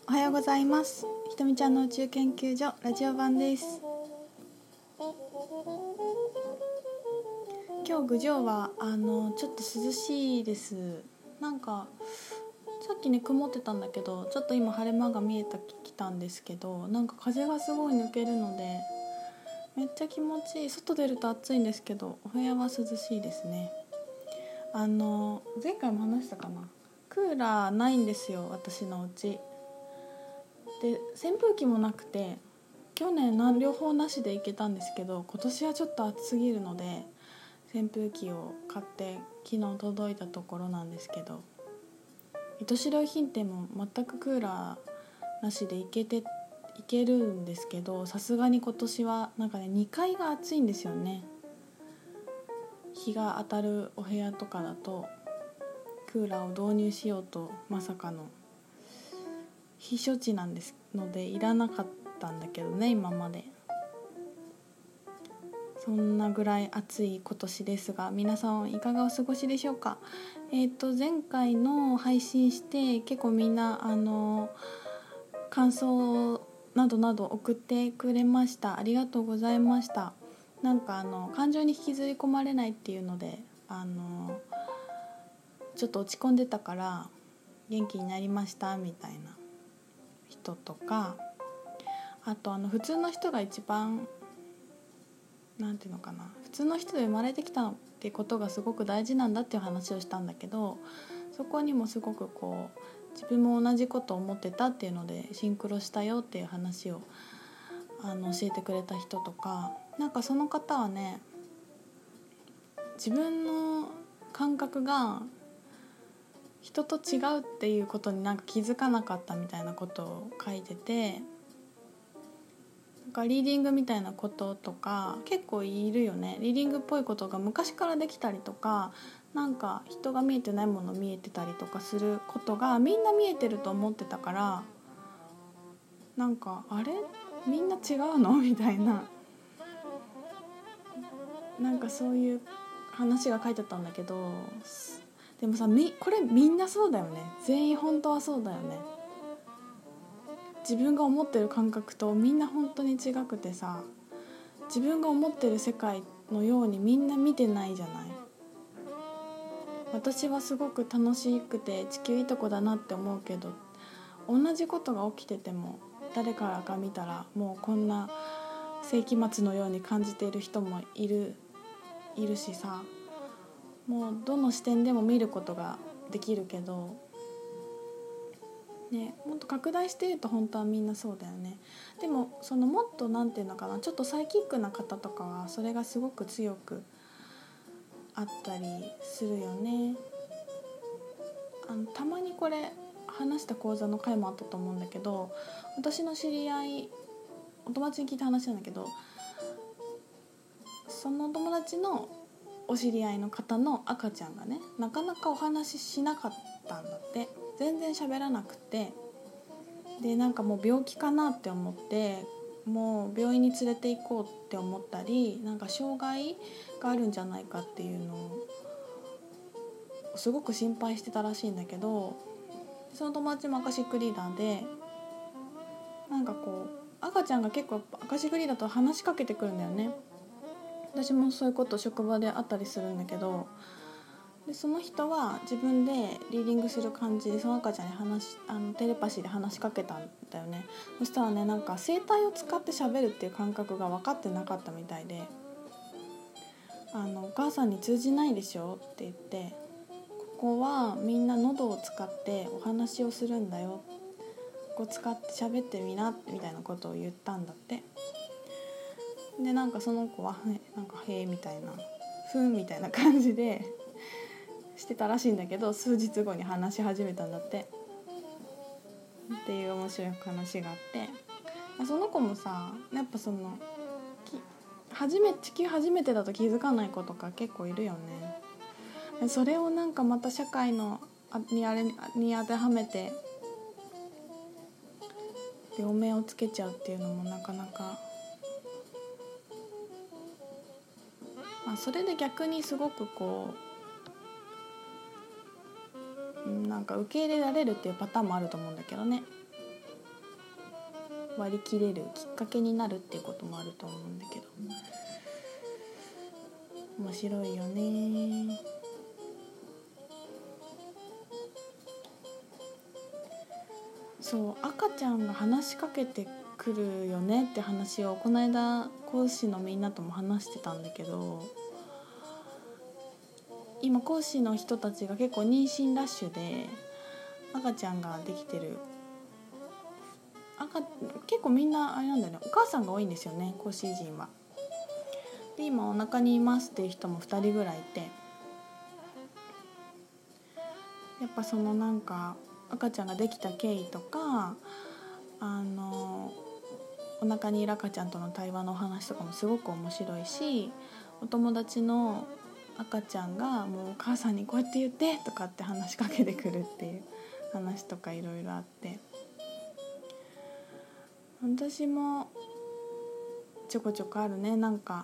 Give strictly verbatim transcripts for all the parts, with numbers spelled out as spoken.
おはようございます。ひとみちゃんの宇宙研究所ラジオ版です。今日郡上はあのちょっと涼しいです。なんかさっきね曇ってたんだけど、ちょっと今晴れ間が見えてきたんですけど、なんか風がすごい抜けるのでめっちゃ気持ちいい。外出ると暑いんですけど、お部屋は涼しいですね。あの前回も話したかな、クーラーないんですよ、私のうちで。扇風機もなくて、去年両方なしで行けたんですけど、今年はちょっと暑すぎるので扇風機を買って昨日届いたところなんですけど、糸白良品店も全くクーラーなしで行けて行けるんですけど、さすがに今年はなんかねにかいが暑いんですよね。日が当たるお部屋とかだとクーラーを導入しようとまさかの非処置なんですのでいらなかったんだけどね、今まで。そんなぐらい暑い今年ですが、皆さんいかがお過ごしでしょうか。えっと前回の配信して結構みんなあの感想などなど送ってくれました。ありがとうございました。なんかあの感情に引きずり込まれないっていうので、あのちょっと落ち込んでたから元気になりましたみたいな人とか、あとあの普通の人が一番なんていうのかな、普通の人で生まれてきたっていうことがすごく大事なんだっていう話をしたんだけど、そこにもすごくこう自分も同じことを思ってたっていうのでシンクロしたよっていう話をあの教えてくれた人とか、なんかその方はね、自分の感覚が人と違うっていうことになんか気づかなかったみたいなことを書いてて、なんかリーディングみたいなこととか結構いるよね。リーディングっぽいことが昔からできたりとか、なんか人が見えてないもの見えてたりとかすることがみんな見えてると思ってたから、なんかあれみんな違うのみたいな、なんかそういう話が書いてあったんだけど、でもさ、これみんなそうだよね。全員本当はそうだよね。自分が思ってる感覚とみんな本当に違くてさ、自分が思ってる世界のようにみんな見てないじゃない。私はすごく楽しくて地球いいとこだなって思うけど、同じことが起きてても誰からか見たらもうこんな世紀末のように感じている人もいるいるしさ、もうどの視点でも見ることができるけどね、もっと拡大して言うと本当はみんなそうだよね。でもそのもっとなんていうのかな、ちょっとサイキックな方とかはそれがすごく強くあったりするよね。あのたまにこれ話した講座の回もあったと思うんだけど、私の知り合い、お友達に聞いた話なんだけど、その友達のお知り合いの方の赤ちゃんがね、なかなかお話ししなかったんだって。全然喋らなくて、でなんかもう病気かなって思って、もう病院に連れて行こうって思ったり、なんか障害があるんじゃないかっていうのをすごく心配してたらしいんだけど、その友達もアカシックリーダーで、なんかこう赤ちゃんが結構アカシックリーダーと話しかけてくるんだよね。私もそういうこと職場であったりするんだけど、でその人は自分でリーディングする感じでその赤ちゃんに話あのテレパシーで話しかけたんだよね。そしたらね、なんか声帯を使って喋るっていう感覚が分かってなかったみたいで、あのお母さんに通じないでしょって言って、ここはみんな喉を使ってお話をするんだよ、ここ使って喋ってみなみたいなことを言ったんだって。でなんかその子はなんかへえみたいな、ふんみたいな感じでしてたらしいんだけど、数日後に話し始めたんだってっていう面白い話があって、その子もさ、やっぱその初め地球初めてだと気づかない子とか結構いるよね。それをなんかまた社会のにあれに当てはめて両面をつけちゃうっていうのもなかなか、まあ、それで逆にすごくこうなんか受け入れられるっていうパターンもあると思うんだけどね。 割り切れるきっかけになるっていうこともあると思うんだけど、面白いよね。そう赤ちゃんが話しかけてくるよねって話をこの間講師のみんなとも話してたんだけど、今講師の人たちが結構妊娠ラッシュで赤ちゃんができてる赤結構みんなあれなんだよね、お母さんが多いんですよね、講師陣は。で今お腹にいますっていう人もふたりぐらいいて、やっぱそのなんか赤ちゃんができた経緯とか、あのお腹にいる赤ちゃんとの対話のお話とかもすごく面白いし、お友達の赤ちゃんがもうお母さんにこうやって言ってとかって話しかけてくるっていう話とかいろいろあって、私もちょこちょこあるね。なんか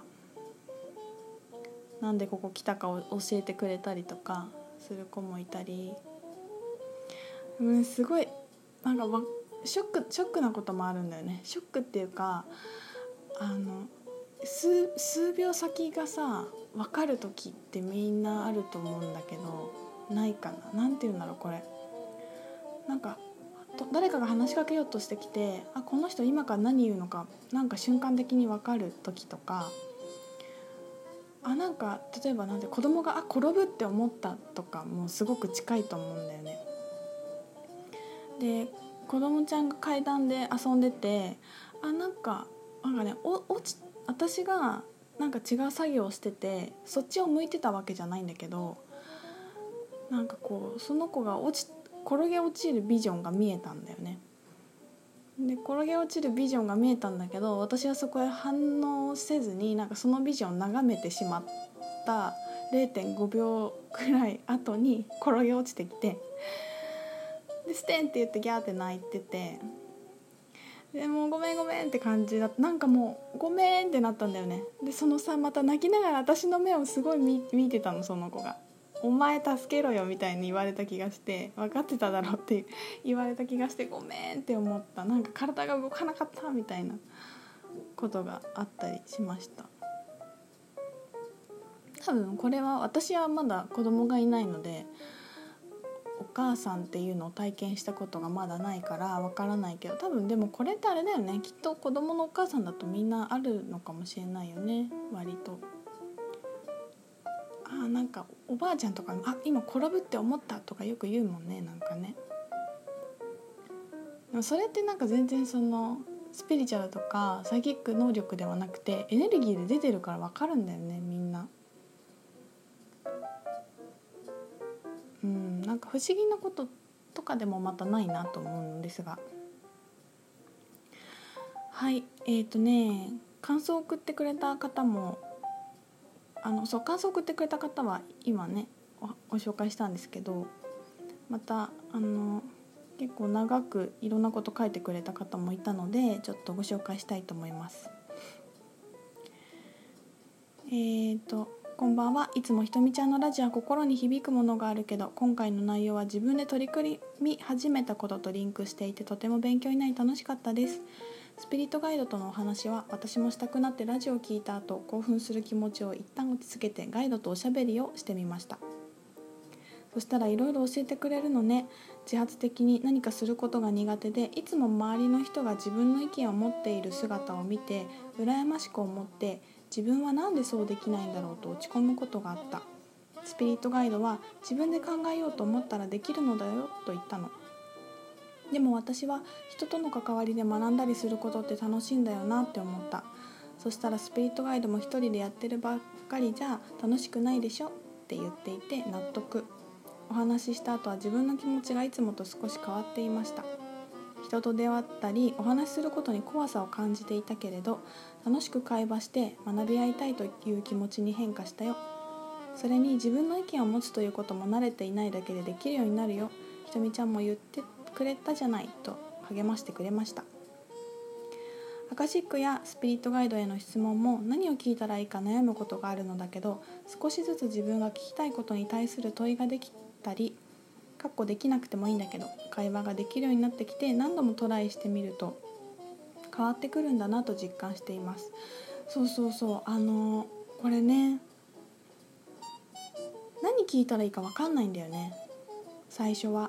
なんでここ来たかを教えてくれたりとかする子もいたり、うん、すごいなんかショックショックなこともあるんだよね。ショックっていうか、あの 数, 数秒先がさ分かる時ってみんなあると思うんだけど、ないかな、なんていうんだろうこれ、なんか誰かが話しかけようとしてきて、あこの人今から何言うのかなんか瞬間的に分かる時とか、あなんか例えばなんて子供があ転ぶって思ったとかもすごく近いと思うんだよね。で子供ちゃんが階段で遊んでて、あなんかなんかねお落ち私がなんか違う作業をしててそっちを向いてたわけじゃないんだけど、なんかこうその子が落ち転げ落ちるビジョンが見えたんだよね。で転げ落ちるビジョンが見えたんだけど、私はそこへ反応せずになんかそのビジョンを眺めてしまった れいてんごびょうくらい後に転げ落ちてきて、でステンって言ってギャーって泣いてて、でもうごめんごめんって感じだった。なんかもうごめんってなったんだよね。でそのさまた泣きながら私の目をすごい 見, 見てたの、その子が。お前助けろよみたいに言われた気がして、分かってただろって言われた気がして、ごめんって思った。なんか体が動かなかったみたいなことがあったりしました。多分これは私はまだ子供がいないのでお母さんっていうのを体験したことがまだないからわからないけど、多分でもこれってあれだよね、きっと子供のお母さんだとみんなあるのかもしれないよね、割と。あなんかおばあちゃんとかあ今転ぶって思ったとかよく言うもんね、なんかね。でもそれってなんか全然そのスピリチュアルとかサイキック能力ではなくてエネルギーで出てるから分かるんだよね、みんな。うんなんか不思議なこととかでもまたないなと思うんですが、はいえーとね感想を送ってくれた方もあのそう感想を送ってくれた方は今ね ご, ご紹介したんですけど、またあの結構長くいろんなこと書いてくれた方もいたのでちょっとご紹介したいと思います。えーとこんばんは。いつもひとみちゃんのラジオは心に響くものがあるけど、今回の内容は自分で取り組み始めたこととリンクしていてとても勉強になり楽しかったです。スピリットガイドとのお話は私もしたくなってラジオを聞いた後、興奮する気持ちを一旦落ち着けてガイドとおしゃべりをしてみました。そしたらいろいろ教えてくれるのね。自発的に何かすることが苦手で、いつも周りの人が自分の意見を持っている姿を見て羨ましく思って、自分はなんでそうできないんだろうと落ち込むことがあった。スピリットガイドは自分で考えようと思ったらできるのだよと言ったの。でも私は人との関わりで学んだりすることって楽しいんだよなって思った。そしたらスピリットガイドも一人でやってるばっかりじゃ楽しくないでしょって言っていて納得。お話しした後は自分の気持ちがいつもと少し変わっていました。人と出会ったりお話しすることに怖さを感じていたけれど、楽しく会話して学び合いたいという気持ちに変化したよ。それに自分の意見を持つということも慣れていないだけでできるようになるよ。ひとみちゃんも言ってくれたじゃないと励ましてくれました。アカシックやスピリットガイドへの質問も何を聞いたらいいか悩むことがあるのだけど、少しずつ自分が聞きたいことに対する問いができたり、かっこできなくてもいいんだけど会話ができるようになってきて、何度もトライしてみると変わってくるんだなと実感しています。そうそうそう、あのこれね、何聞いたらいいか分かんないんだよね、最初は。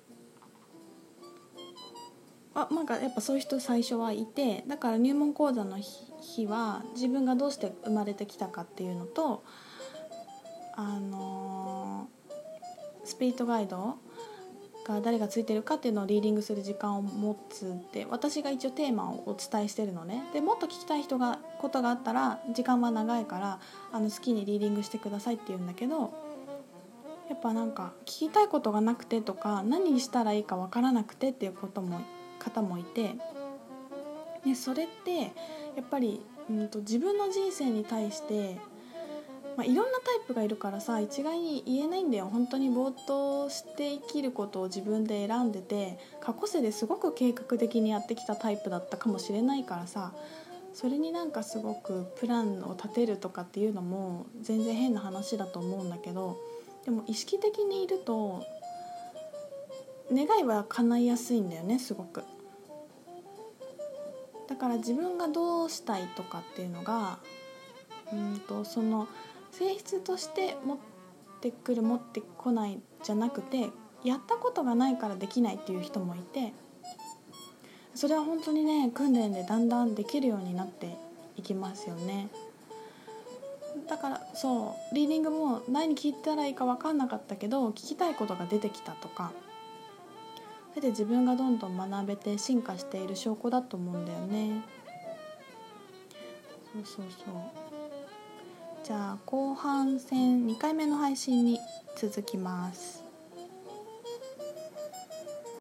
あ、なんかやっぱそういう人最初はいて、だから入門講座の日は自分がどうして生まれてきたかっていうのと、あのー、スピリットガイドが誰がついてるかっていうのをリーディングする時間を持つって私が一応テーマをお伝えしてるのね。でもっと聞きたい人がことがあったら時間は長いからあの好きにリーディングしてくださいって言うんだけど、やっぱなんか聞きたいことがなくてとか何にしたらいいか分からなくてっていうことも方もいて、でそれってやっぱり、うんと、自分の人生に対してまあ、いろんなタイプがいるからさ一概に言えないんだよ。本当に没頭して生きることを自分で選んでて、過去世ですごく計画的にやってきたタイプだったかもしれないからさ、それになんかすごくプランを立てるとかっていうのも全然変な話だと思うんだけど、でも意識的にいると願いは叶いやすいんだよね、すごく。だから自分がどうしたいとかっていうのがうんとその性質として持ってくる持ってこないじゃなくて、やったことがないからできないっていう人もいて、それは本当にね訓練でだんだんできるようになっていきますよね。だからそうリーディングも何聞いたらいいか分かんなかったけど聞きたいことが出てきたとか、それで自分がどんどん学べて進化している証拠だと思うんだよね。そうそうそう。じゃあ後半戦にかいめの配信に続きます。